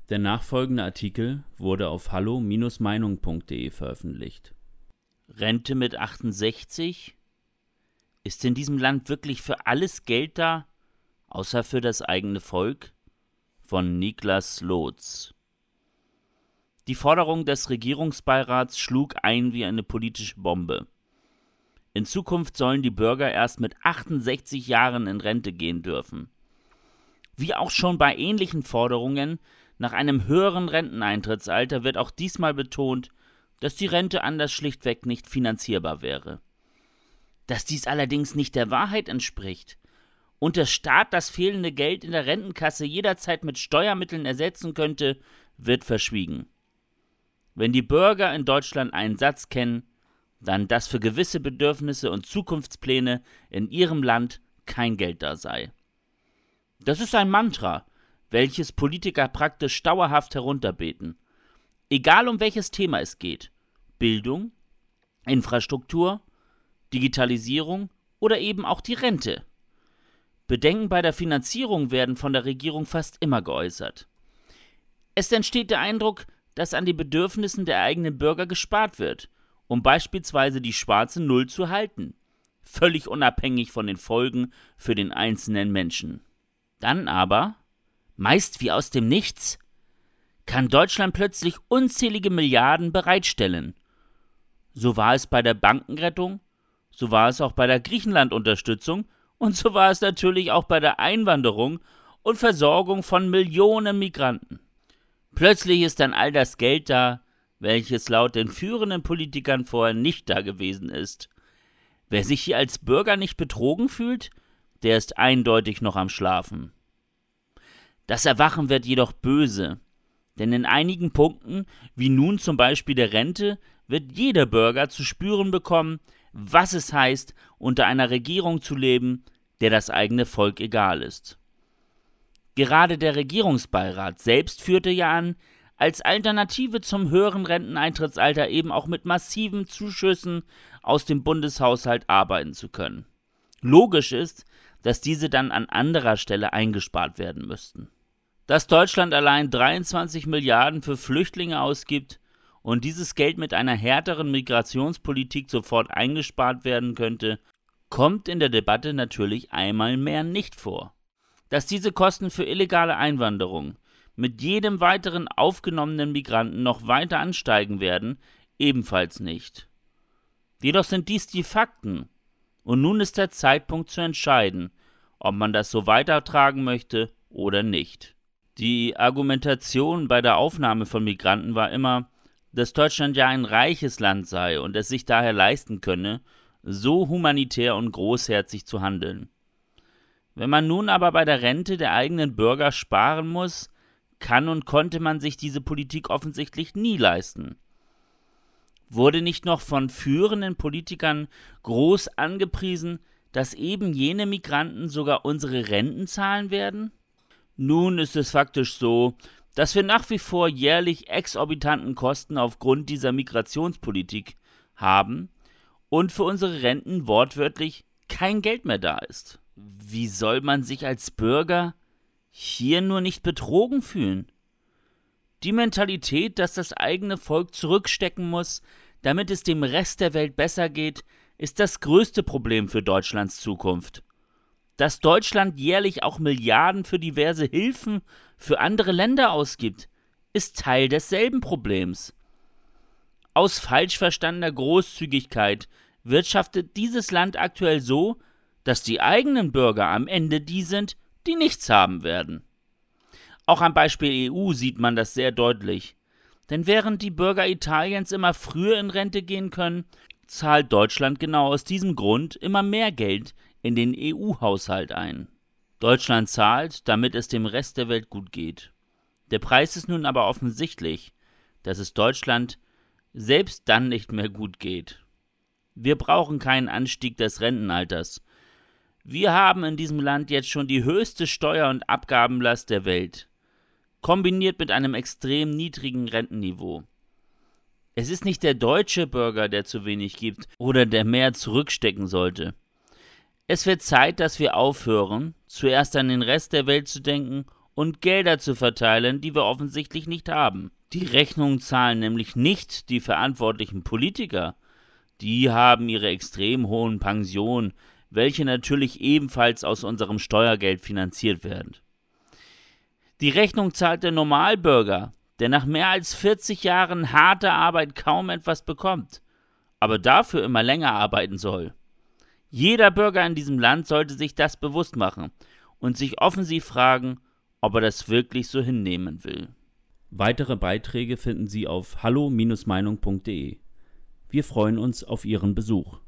Der nachfolgende Artikel wurde auf hallo-meinung.de veröffentlicht. Rente mit 68? Ist in diesem Land wirklich für alles Geld da, außer für das eigene Volk? Von Niklas Lotz. Die Forderung des Regierungsbeirats schlug ein wie eine politische Bombe. In Zukunft sollen die Bürger erst mit 68 Jahren in Rente gehen dürfen. Wie auch schon bei ähnlichen Forderungen nach einem höheren Renteneintrittsalter wird auch diesmal betont, dass die Rente anders schlichtweg nicht finanzierbar wäre. Dass dies allerdings nicht der Wahrheit entspricht und der Staat das fehlende Geld in der Rentenkasse jederzeit mit Steuermitteln ersetzen könnte, wird verschwiegen. Wenn die Bürger in Deutschland einen Satz kennen, dann, dass für gewisse Bedürfnisse und Zukunftspläne in ihrem Land kein Geld da sei. Das ist ein Mantra, welches Politiker praktisch dauerhaft herunterbeten. Egal um welches Thema es geht: Bildung, Infrastruktur, Digitalisierung oder eben auch die Rente. Bedenken bei der Finanzierung werden von der Regierung fast immer geäußert. Es entsteht der Eindruck, dass an den Bedürfnissen der eigenen Bürger gespart wird, um beispielsweise die schwarze Null zu halten, völlig unabhängig von den Folgen für den einzelnen Menschen. Dann aber, meist wie aus dem Nichts, kann Deutschland plötzlich unzählige Milliarden bereitstellen. So war es bei der Bankenrettung, so war es auch bei der Griechenland-Unterstützung und so war es natürlich auch bei der Einwanderung und Versorgung von Millionen Migranten. Plötzlich ist dann all das Geld da, welches laut den führenden Politikern vorher nicht da gewesen ist. Wer sich hier als Bürger nicht betrogen fühlt, der ist eindeutig noch am Schlafen. Das Erwachen wird jedoch böse, denn in einigen Punkten, wie nun zum Beispiel der Rente, wird jeder Bürger zu spüren bekommen, was es heißt, unter einer Regierung zu leben, der das eigene Volk egal ist. Gerade der Regierungsbeirat selbst führte ja an, als Alternative zum höheren Renteneintrittsalter eben auch mit massiven Zuschüssen aus dem Bundeshaushalt arbeiten zu können. Logisch ist, dass diese dann an anderer Stelle eingespart werden müssten. Dass Deutschland allein 23 Milliarden für Flüchtlinge ausgibt und dieses Geld mit einer härteren Migrationspolitik sofort eingespart werden könnte, kommt in der Debatte natürlich einmal mehr nicht vor. Dass diese Kosten für illegale Einwanderung mit jedem weiteren aufgenommenen Migranten noch weiter ansteigen werden, ebenfalls nicht. Jedoch sind dies die Fakten und nun ist der Zeitpunkt zu entscheiden, ob man das so weitertragen möchte oder nicht. Die Argumentation bei der Aufnahme von Migranten war immer, dass Deutschland ja ein reiches Land sei und es sich daher leisten könne, so humanitär und großherzig zu handeln. Wenn man nun aber bei der Rente der eigenen Bürger sparen muss, kann und konnte man sich diese Politik offensichtlich nie leisten. Wurde nicht noch von führenden Politikern groß angepriesen, dass eben jene Migranten sogar unsere Renten zahlen werden? Nun ist es faktisch so, dass wir nach wie vor jährlich exorbitanten Kosten aufgrund dieser Migrationspolitik haben und für unsere Renten wortwörtlich kein Geld mehr da ist. Wie soll man sich als Bürger hier nur nicht betrogen fühlen? Die Mentalität, dass das eigene Volk zurückstecken muss, damit es dem Rest der Welt besser geht, ist das größte Problem für Deutschlands Zukunft. Dass Deutschland jährlich auch Milliarden für diverse Hilfen für andere Länder ausgibt, ist Teil desselben Problems. Aus falsch verstandener Großzügigkeit wirtschaftet dieses Land aktuell so, dass die eigenen Bürger am Ende die sind, die nichts haben werden. Auch am Beispiel EU sieht man das sehr deutlich. Denn während die Bürger Italiens immer früher in Rente gehen können, zahlt Deutschland genau aus diesem Grund immer mehr Geld in den EU-Haushalt ein. Deutschland zahlt, damit es dem Rest der Welt gut geht. Der Preis ist nun aber offensichtlich, dass es Deutschland selbst dann nicht mehr gut geht. Wir brauchen keinen Anstieg des Rentenalters. Wir haben in diesem Land jetzt schon die höchste Steuer- und Abgabenlast der Welt, kombiniert mit einem extrem niedrigen Rentenniveau. Es ist nicht der deutsche Bürger, der zu wenig gibt oder der mehr zurückstecken sollte. Es wird Zeit, dass wir aufhören, zuerst an den Rest der Welt zu denken und Gelder zu verteilen, die wir offensichtlich nicht haben. Die Rechnung zahlen nämlich nicht die verantwortlichen Politiker. Die haben ihre extrem hohen Pensionen, welche natürlich ebenfalls aus unserem Steuergeld finanziert werden. Die Rechnung zahlt der Normalbürger, der nach mehr als 40 Jahren harter Arbeit kaum etwas bekommt, aber dafür immer länger arbeiten soll. Jeder Bürger in diesem Land sollte sich das bewusst machen und sich offensiv fragen, ob er das wirklich so hinnehmen will. Weitere Beiträge finden Sie auf hallo-meinung.de. Wir freuen uns auf Ihren Besuch.